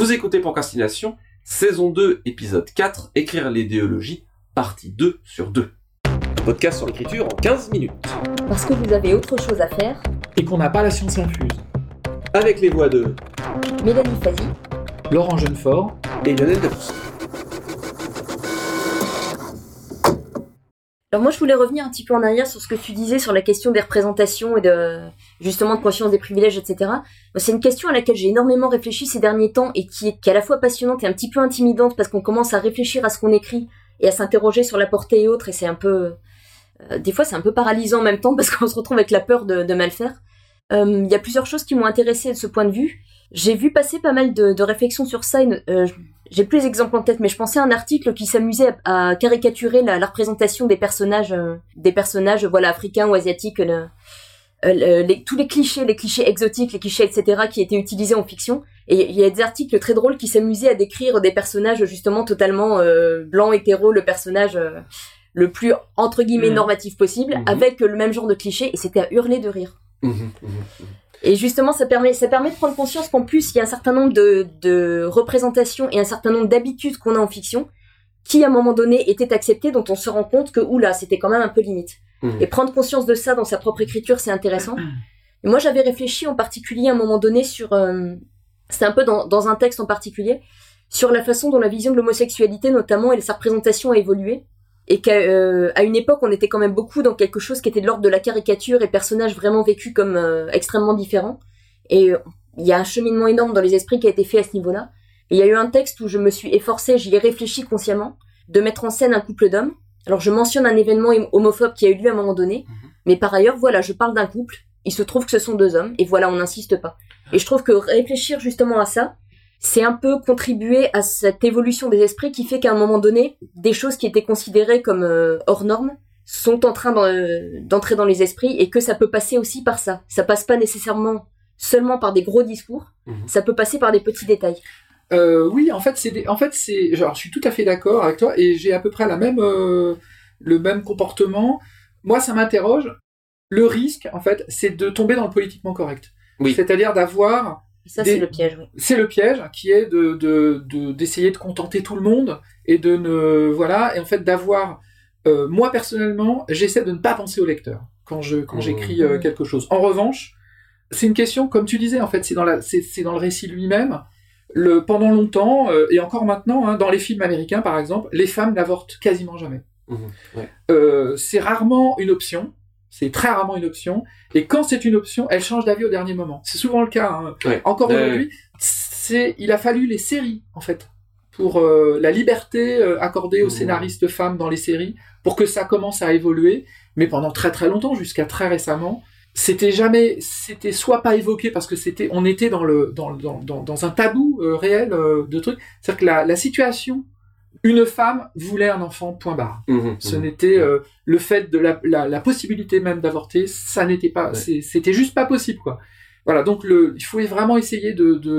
Vous écoutez Procrastination, saison 2, épisode 4, écrire l'idéologie, partie 2 sur 2. Podcast sur l'écriture en 15 minutes. Parce que vous avez autre chose à faire. Et qu'on n'a pas la science infuse. Avec les voix de Mélanie Fazi, Laurent Jeunefort et Lionel Debus. Alors moi je voulais revenir un petit peu en arrière sur ce que tu disais sur la question des représentations et de justement de conscience des privilèges, etc. C'est une question à laquelle j'ai énormément réfléchi ces derniers temps et qui est à la fois passionnante et un petit peu intimidante parce qu'on commence à réfléchir à ce qu'on écrit et à s'interroger sur la portée et autres, et c'est un peu... des fois c'est un peu paralysant en même temps parce qu'on se retrouve avec la peur de mal faire. Il y a plusieurs choses qui m'ont intéressée de ce point de vue. J'ai vu passer pas mal de réflexions sur ça. J'ai plus d'exemples en tête, mais je pensais à un article qui s'amusait à caricaturer la représentation des personnages voilà, africains ou asiatiques, tous les clichés exotiques, les clichés, etc., qui étaient utilisés en fiction. Et il y a des articles très drôles qui s'amusaient à décrire des personnages justement totalement blancs, hétéros, le personnage le plus, entre guillemets, normatif possible, avec le même genre de clichés, et c'était à hurler de rire. Et justement, ça permet de prendre conscience qu'en plus, il y a un certain nombre de représentations et un certain nombre d'habitudes qu'on a en fiction qui, à un moment donné, étaient acceptées, dont on se rend compte que, oula, c'était quand même un peu limite. Et prendre conscience de ça dans sa propre écriture, c'est intéressant. Et moi, j'avais réfléchi en particulier à un moment donné sur... c'était un peu dans un texte en particulier, sur la façon dont la vision de l'homosexualité, notamment, et sa représentation a évolué. Et qu'à une époque, on était quand même beaucoup dans quelque chose qui était de l'ordre de la caricature et personnages vraiment vécus comme extrêmement différents. Et il y a un cheminement énorme dans les esprits qui a été fait à ce niveau-là. Et il y a eu un texte où je me suis efforcée, j'y ai réfléchi consciemment, de mettre en scène un couple d'hommes. Alors je mentionne un événement homophobe qui a eu lieu à un moment donné, mais par ailleurs, voilà, je parle d'un couple, il se trouve que ce sont deux hommes, et voilà, on n'insiste pas. Et je trouve que réfléchir justement à ça, c'est un peu contribuer à cette évolution des esprits qui fait qu'à un moment donné, des choses qui étaient considérées comme hors normes sont en train d'entrer dans les esprits, et que ça peut passer aussi par ça. Ça passe pas nécessairement seulement par des gros discours, ça peut passer par des petits détails. Oui, en fait, genre, je suis tout à fait d'accord avec toi, et j'ai à peu près le même comportement. Moi, ça m'interroge. Le risque, en fait, c'est de tomber dans le politiquement correct. Oui. C'est-à-dire d'avoir... Ça, c'est le piège, oui. C'est le piège qui est d'essayer de contenter tout le monde et et en fait d'avoir... moi, personnellement, j'essaie de ne pas penser au lecteur quand j'écris quelque chose. En revanche, c'est une question, comme tu disais, en fait, c'est dans le récit lui-même. Pendant longtemps, et encore maintenant, dans les films américains, par exemple, les femmes n'avortent quasiment jamais. C'est rarement une option. C'est très rarement une option. Et quand c'est une option, elle change d'avis au dernier moment. C'est souvent le cas. Encore aujourd'hui, il a fallu les séries, en fait, pour la liberté accordée aux scénaristes femmes dans les séries, pour que ça commence à évoluer. Mais pendant très très longtemps, jusqu'à très récemment, c'était soit pas évoqué parce que on était dans un tabou réel de trucs. C'est-à-dire que la situation, une femme voulait un enfant, point barre. Ce n'était le fait de la possibilité même d'avorter, ça n'était pas, c'était juste pas possible, quoi. Voilà, donc il faut vraiment essayer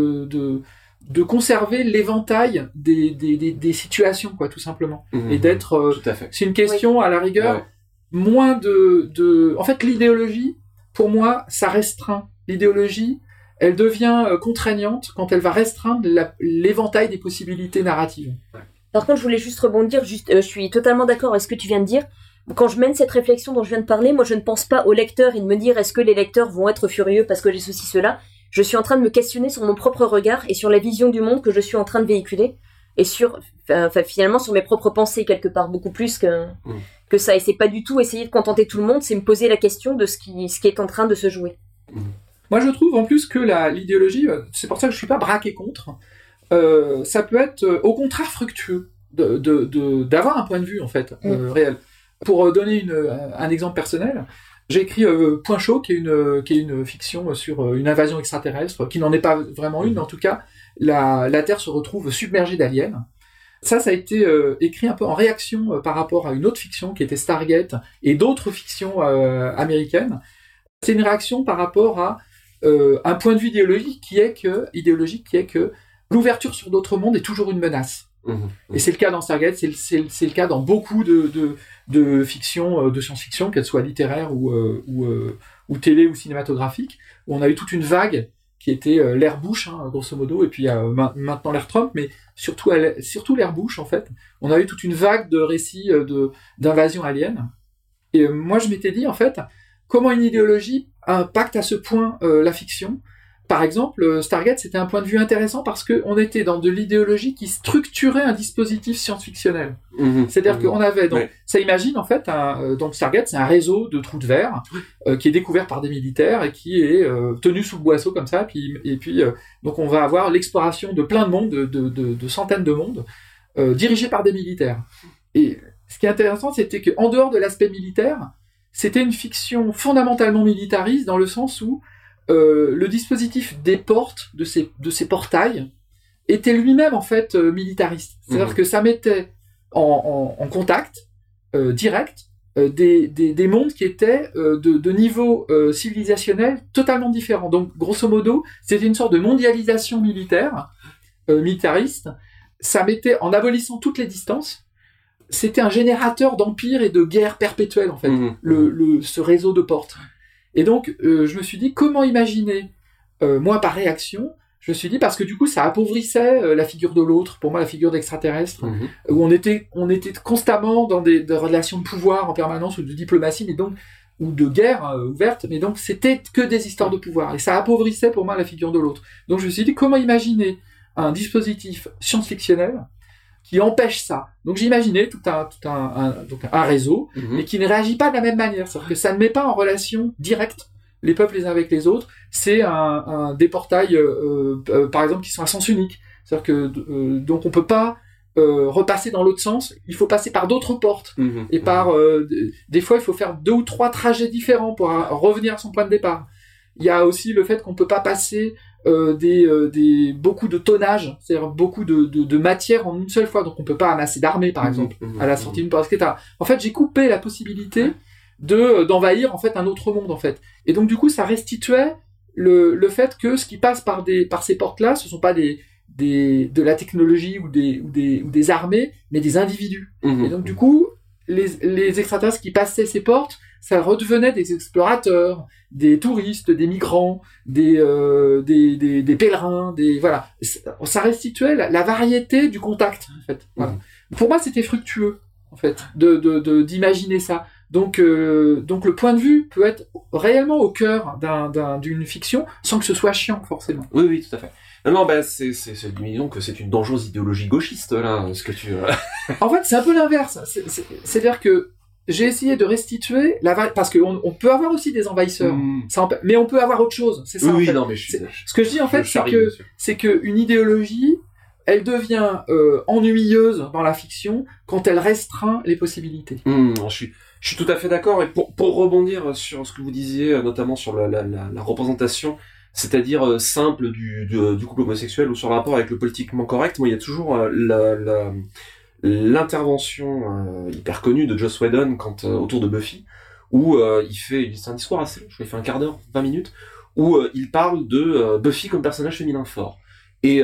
de conserver l'éventail des situations, quoi, tout simplement, et d'être. Tout à fait. C'est une question à la rigueur, moins en fait, l'idéologie. Pour moi, ça restreint. L'idéologie, elle devient contraignante quand elle va restreindre l'éventail des possibilités narratives. Par contre, je voulais juste rebondir, je suis totalement d'accord avec ce que tu viens de dire. Quand je mène cette réflexion dont je viens de parler, moi je ne pense pas aux lecteurs et de me dire est-ce que les lecteurs vont être furieux parce que j'ai ceci, cela. Je suis en train de me questionner sur mon propre regard et sur la vision du monde que je suis en train de véhiculer, et finalement sur mes propres pensées quelque part, beaucoup plus que ça. Et c'est pas du tout essayer de contenter tout le monde, c'est me poser la question de ce qui est en train de se jouer. Moi je trouve en plus que l'idéologie, c'est pour ça que je suis pas braqué contre, ça peut être au contraire fructueux d'avoir un point de vue en fait réel. Pour donner un exemple personnel, j'ai écrit Point chaud, qui est une fiction sur une invasion extraterrestre, qui n'en est pas vraiment une, mais en tout cas la Terre se retrouve submergée d'aliens. Ça a été écrit un peu en réaction par rapport à une autre fiction qui était Stargate et d'autres fictions américaines. C'est une réaction par rapport à un point de vue idéologique qui est que l'ouverture sur d'autres mondes est toujours une menace. Et c'est le cas dans Stargate, c'est le cas dans beaucoup de fictions, de science-fiction, qu'elles soient littéraires ou télé ou cinématographiques, où on a eu toute une vague qui était l'ère Bush, grosso modo, et puis maintenant l'ère Trump, mais surtout l'ère Bush, en fait. On a eu toute une vague de récits d'invasion alien. Et moi, je m'étais dit, en fait, comment une idéologie impacte à ce point la fiction. Par exemple, Stargate, c'était un point de vue intéressant parce qu'on était dans de l'idéologie qui structurait un dispositif science-fictionnel. C'est-à-dire qu'on avait... Donc, ça imagine, en fait, donc Stargate, c'est un réseau de trous de verre qui est découvert par des militaires et qui est tenu sous le boisseau comme ça. Donc, on va avoir l'exploration de plein de mondes, de centaines de mondes, dirigés par des militaires. Et ce qui est intéressant, c'était qu'en dehors de l'aspect militaire, c'était une fiction fondamentalement militariste dans le sens où le dispositif des portes, de ces portails, était lui-même en fait militariste. C'est-à-dire que ça mettait en contact direct des mondes qui étaient de niveau civilisationnel totalement différents. Donc, grosso modo, c'était une sorte de mondialisation militaire, militariste. Ça mettait, en abolissant toutes les distances, c'était un générateur d'empire et de guerre perpétuelle, en fait, ce réseau de portes. Et donc, je me suis dit, comment imaginer, moi, par réaction, je me suis dit, parce que du coup, ça appauvrissait la figure de l'autre, pour moi, la figure d'extraterrestre, où on était constamment dans des relations de pouvoir en permanence, ou de diplomatie, mais donc, ou de guerre ouverte, mais donc, c'était que des histoires de pouvoir. Et ça appauvrissait, pour moi, la figure de l'autre. Donc, je me suis dit, comment imaginer un dispositif science-fictionnel qui empêche ça. Donc j'imaginais tout un réseau, mais qui ne réagit pas de la même manière. C'est-à-dire que ça ne met pas en relation directe les peuples les uns avec les autres. C'est des portails, par exemple, qui sont à sens unique. C'est-à-dire que donc on peut pas repasser dans l'autre sens. Il faut passer par d'autres portes. Et des fois, il faut faire 2 ou 3 trajets différents pour revenir à son point de départ. Il y a aussi le fait qu'on peut pas passer beaucoup de tonnage, c'est-à-dire beaucoup de matière en une seule fois, donc on peut pas amasser d'armée par exemple à la sortie d'une porte, etc. En fait, j'ai coupé la possibilité d'envahir en fait un autre monde en fait, et donc du coup ça restituait le fait que ce qui passe par ces portes-là, ce sont pas de la technologie ou des armées, mais des individus. Et donc du coup les extraterrestres qui passaient ces portes, ça redevenait des explorateurs, des touristes, des migrants, des pèlerins, voilà. Ça restituait la variété du contact, en fait. Voilà. Pour moi, c'était fructueux, en fait, d'imaginer ça. Donc le point de vue peut être réellement au cœur d'une fiction, sans que ce soit chiant, forcément. Oui, tout à fait. Non, disons que c'est une dangereuse idéologie gauchiste, là, ce que tu... En fait, c'est un peu l'inverse. C'est-à-dire que j'ai essayé de restituer parce qu'on peut avoir aussi des envahisseurs, mais on peut avoir autre chose. C'est ça. Oui, en fait. Non, mais ce que je dis en fait, c'est que une idéologie, elle devient ennuyeuse dans la fiction quand elle restreint les possibilités. Je suis tout à fait d'accord. Et pour rebondir sur ce que vous disiez, notamment sur la représentation, c'est-à-dire simple du couple homosexuel ou sur le rapport avec le politiquement correct, moi, il y a toujours l'intervention hyper connue de Joss Whedon autour de Buffy, où c'est un discours assez long, je l'ai fait un quart d'heure, 20 minutes, où il parle de Buffy comme personnage féminin fort. Et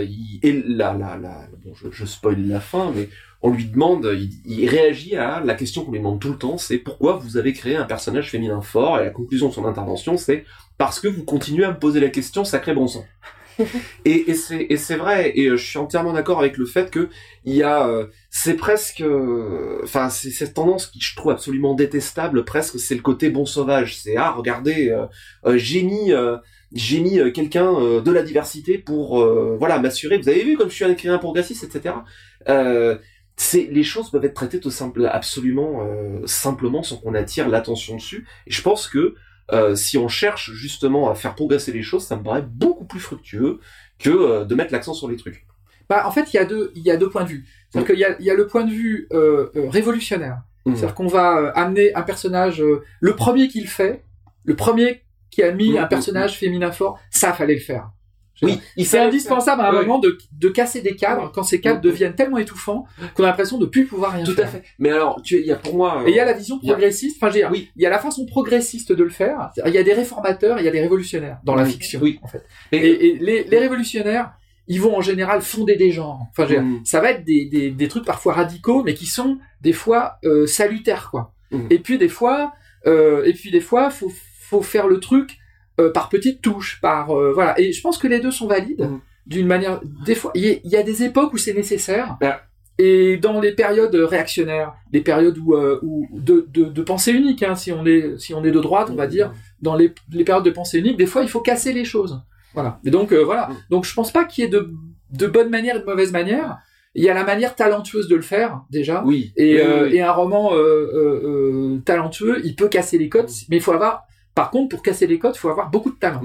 je spoil la fin, mais on lui demande, il réagit à la question qu'on lui demande tout le temps, c'est pourquoi vous avez créé un personnage féminin fort, et la conclusion de son intervention, c'est parce que vous continuez à me poser la question, sacré bon sang. et c'est vrai, et je suis entièrement d'accord avec le fait que il y a c'est presque c'est cette tendance qui je trouve absolument détestable, presque, c'est le côté bon sauvage, c'est regardez, j'ai mis quelqu'un de la diversité pour m'assurer, vous avez vu comme je suis un écrivain progressiste, etc. Les choses peuvent être traitées absolument simplement sans qu'on attire l'attention dessus, et je pense que si on cherche justement à faire progresser les choses, ça me paraît beaucoup plus fructueux que de mettre l'accent sur les trucs. En fait, il y a deux points de vue. C'est-à-dire qu'il y a le point de vue révolutionnaire. C'est-à-dire qu'on va amener un personnage, le premier qui le fait, le premier qui a mis un personnage féminin fort, ça fallait le faire. Oui, c'est indispensable à un moment de casser des cadres quand ces cadres deviennent tellement étouffants qu'on a l'impression de plus pouvoir rien faire. Tout à fait. Mais alors, il y a pour moi... Et il y a la vision progressiste, il y a la façon progressiste de le faire. Il y a des réformateurs et il y a des révolutionnaires dans la fiction, en fait. Et les révolutionnaires, ils vont en général fonder des genres. Ça va être des trucs parfois radicaux, mais qui sont des fois salutaires, quoi. Et puis des fois, faut faire le truc par petites touches, voilà. Et je pense que les deux sont valides d'une manière. Des fois, il y a des époques où c'est nécessaire. Et dans les périodes réactionnaires, des périodes où de pensée unique, hein, si on est de droite, on va dire, dans les périodes de pensée unique, des fois il faut casser les choses. Voilà. Et donc voilà. Donc je pense pas qu'il y ait de bonne manière et de mauvaise manière. Il y a la manière talentueuse de le faire déjà. Oui. Et un roman talentueux, il peut casser les codes, mais il faut avoir. Par contre, pour casser les codes, il faut avoir beaucoup de talent.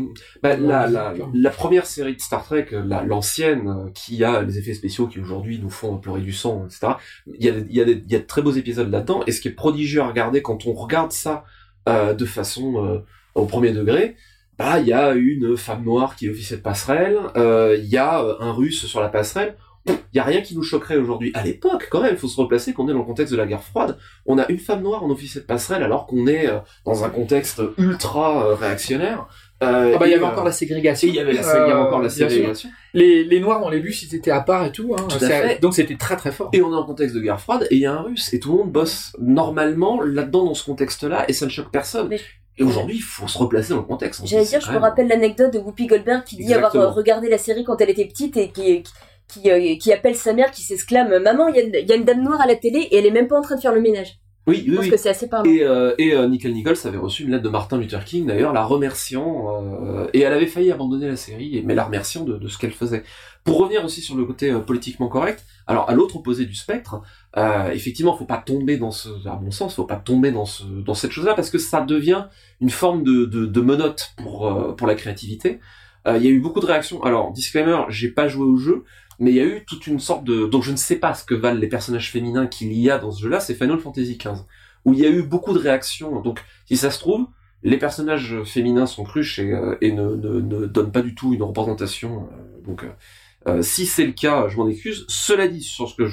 La première série de Star Trek, l'ancienne, qui a les effets spéciaux qui aujourd'hui nous font pleurer du sang, etc. Il y a de très beaux épisodes là-dedans. Et ce qui est prodigieux à regarder quand on regarde ça de façon au premier degré, il y a une femme noire qui est officier de passerelle, il y a un Russe sur la passerelle. Il y a rien qui nous choquerait aujourd'hui. À l'époque, quand même, il faut se replacer qu'on est dans le contexte de la guerre froide. On a une femme noire en officier de passerelle alors qu'on est dans un contexte ultra réactionnaire. Il y avait encore la ségrégation. Il y avait encore la ségrégation. Les Noirs dans les bus, ils étaient à part et tout. Hein. Tout à fait. Donc c'était très très fort. Et on est en contexte de guerre froide et il y a un Russe. Et tout le monde bosse normalement là-dedans dans ce contexte-là et ça ne choque personne. Et aujourd'hui, il faut se replacer dans le contexte. J'allais dire, je me rappelle l'anecdote de Whoopi Goldberg qui dit avoir regardé la série quand elle était petite et qui appelle sa mère, qui s'exclame « Maman, il y a une dame noire à la télé et elle est même pas en train de faire le ménage ». Oui. Je pense que c'est assez parlant. Et Nicole Nichols avait reçu une lettre de Martin Luther King, d'ailleurs, la remerciant, et elle avait failli abandonner la série, mais la remerciant de ce qu'elle faisait. Pour revenir aussi sur le côté politiquement correct, alors à l'autre opposé du spectre, effectivement, faut pas tomber à mon sens, faut pas tomber dans cette chose-là, parce que ça devient une forme de menotte pour la créativité. Il y a eu beaucoup de réactions. Alors, disclaimer, j'ai pas joué au jeu, mais il y a eu toute une sorte donc je ne sais pas ce que valent les personnages féminins qu'il y a dans ce jeu-là, c'est Final Fantasy XV, où il y a eu beaucoup de réactions. Donc, si ça se trouve, les personnages féminins sont cruches et ne donnent pas du tout une représentation. Si c'est le cas, je m'en excuse. Cela dit, sur ce que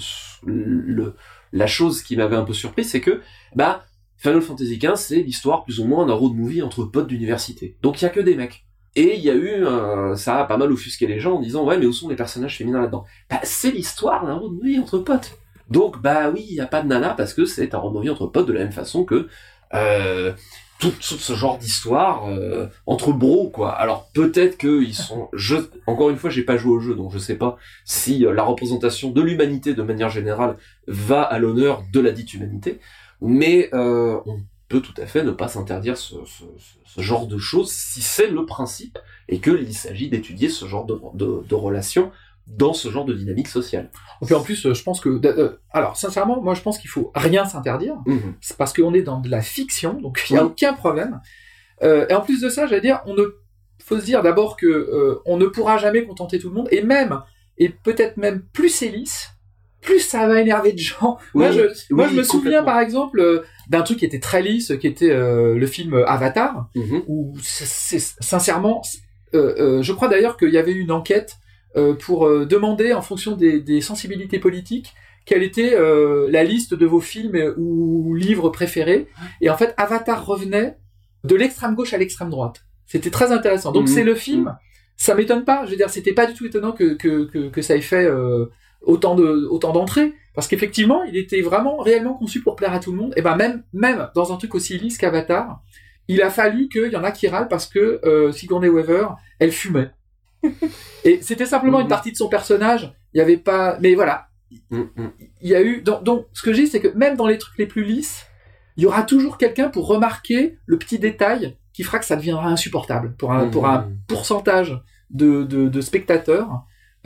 la chose qui m'avait un peu surpris, c'est que, Final Fantasy XV, c'est l'histoire plus ou moins d'un road movie entre potes d'université. Donc il y a que des mecs. Et il y a eu, ça a pas mal offusqué les gens en disant « Ouais, mais où sont les personnages féminins là-dedans ?» C'est l'histoire d'un road movie entre potes. Donc, oui, il y a pas de nana parce que c'est un road movie entre potes de la même façon que tout ce genre d'histoire entre bros, quoi. Alors, peut-être qu'ils sont... Encore une fois, j'ai pas joué au jeu, donc je sais pas si la représentation de l'humanité de manière générale va à l'honneur de la dite humanité, mais on peut tout à fait ne pas s'interdire ce genre de choses si c'est le principe et qu'il s'agit d'étudier ce genre de relations dans ce genre de dynamique sociale. Et puis en plus, je pense que... alors, sincèrement, moi je pense qu'il faut rien s'interdire, c'est parce qu'on est dans de la fiction, donc il n'y a aucun problème. Et en plus de ça, j'allais dire, faut se dire d'abord que on ne pourra jamais contenter tout le monde, et peut-être même plus c'est lisse, plus ça va énerver de gens. Moi, je me souviens par exemple d'un truc qui était très lisse, qui était le film Avatar, où sincèrement, je crois d'ailleurs qu'il y avait eu une enquête pour demander, en fonction des sensibilités politiques, quelle était la liste de vos films ou livres préférés. Et en fait, Avatar revenait de l'extrême gauche à l'extrême droite. C'était très intéressant. Donc c'est le film, ça m'étonne pas. Je veux dire, c'était pas du tout étonnant que ça ait fait autant d'entrées, parce qu'effectivement, il était vraiment réellement conçu pour plaire à tout le monde. Et même dans un truc aussi lisse qu'Avatar, il a fallu qu'il y en a qui râlent parce que Sigourney Weaver, elle fumait. Et c'était simplement une partie de son personnage. Il y avait pas, mais voilà. Il y a eu, donc ce que je dis, c'est que même dans les trucs les plus lisses, il y aura toujours quelqu'un pour remarquer le petit détail qui fera que ça deviendra insupportable pour un pourcentage de spectateurs.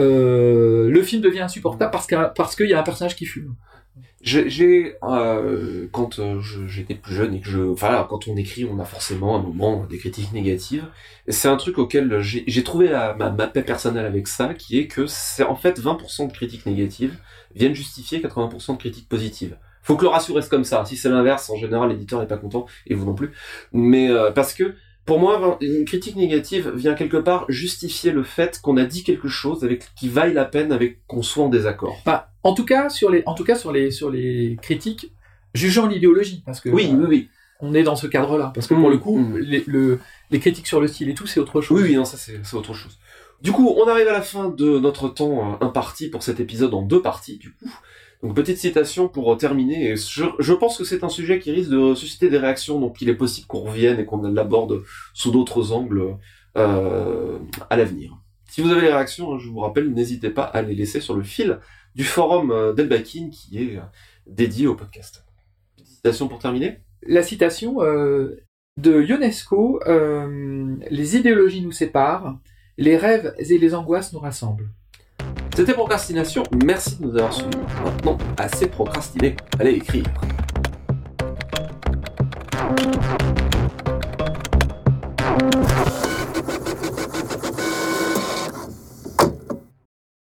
Le film devient insupportable parce qu'il y a un personnage qui fume. Quand j'étais plus jeune et quand on écrit, on a forcément un moment des critiques négatives. Et c'est un truc auquel j'ai trouvé ma paix personnelle avec ça, qui est que c'est en fait 20% de critiques négatives viennent justifier 80% de critiques positives. Faut que le ratio reste comme ça. Si c'est l'inverse, en général, l'éditeur n'est pas content, et vous non plus. Mais parce que pour moi, une critique négative vient quelque part justifier le fait qu'on a dit quelque chose qui vaille la peine avec qu'on soit en désaccord. En tout cas, sur les critiques jugeant l'idéologie, parce que oui. On est dans ce cadre-là, parce que pour le coup, les critiques sur le style et tout, c'est autre chose. Oui, non, ça c'est autre chose. Du coup, on arrive à la fin de notre temps imparti pour cet épisode en 2 parties, du coup. Donc petite citation pour terminer, et je pense que c'est un sujet qui risque de susciter des réactions, donc il est possible qu'on revienne et qu'on l'aborde sous d'autres angles à l'avenir. Si vous avez des réactions, je vous rappelle, n'hésitez pas à les laisser sur le fil du forum d'Elbakin qui est dédié au podcast. Petite citation pour terminer. La citation de Ionesco, les idéologies nous séparent, les rêves et les angoisses nous rassemblent. C'était Procrastination, merci de nous avoir suivis. Maintenant, assez procrastiné, allez écrire.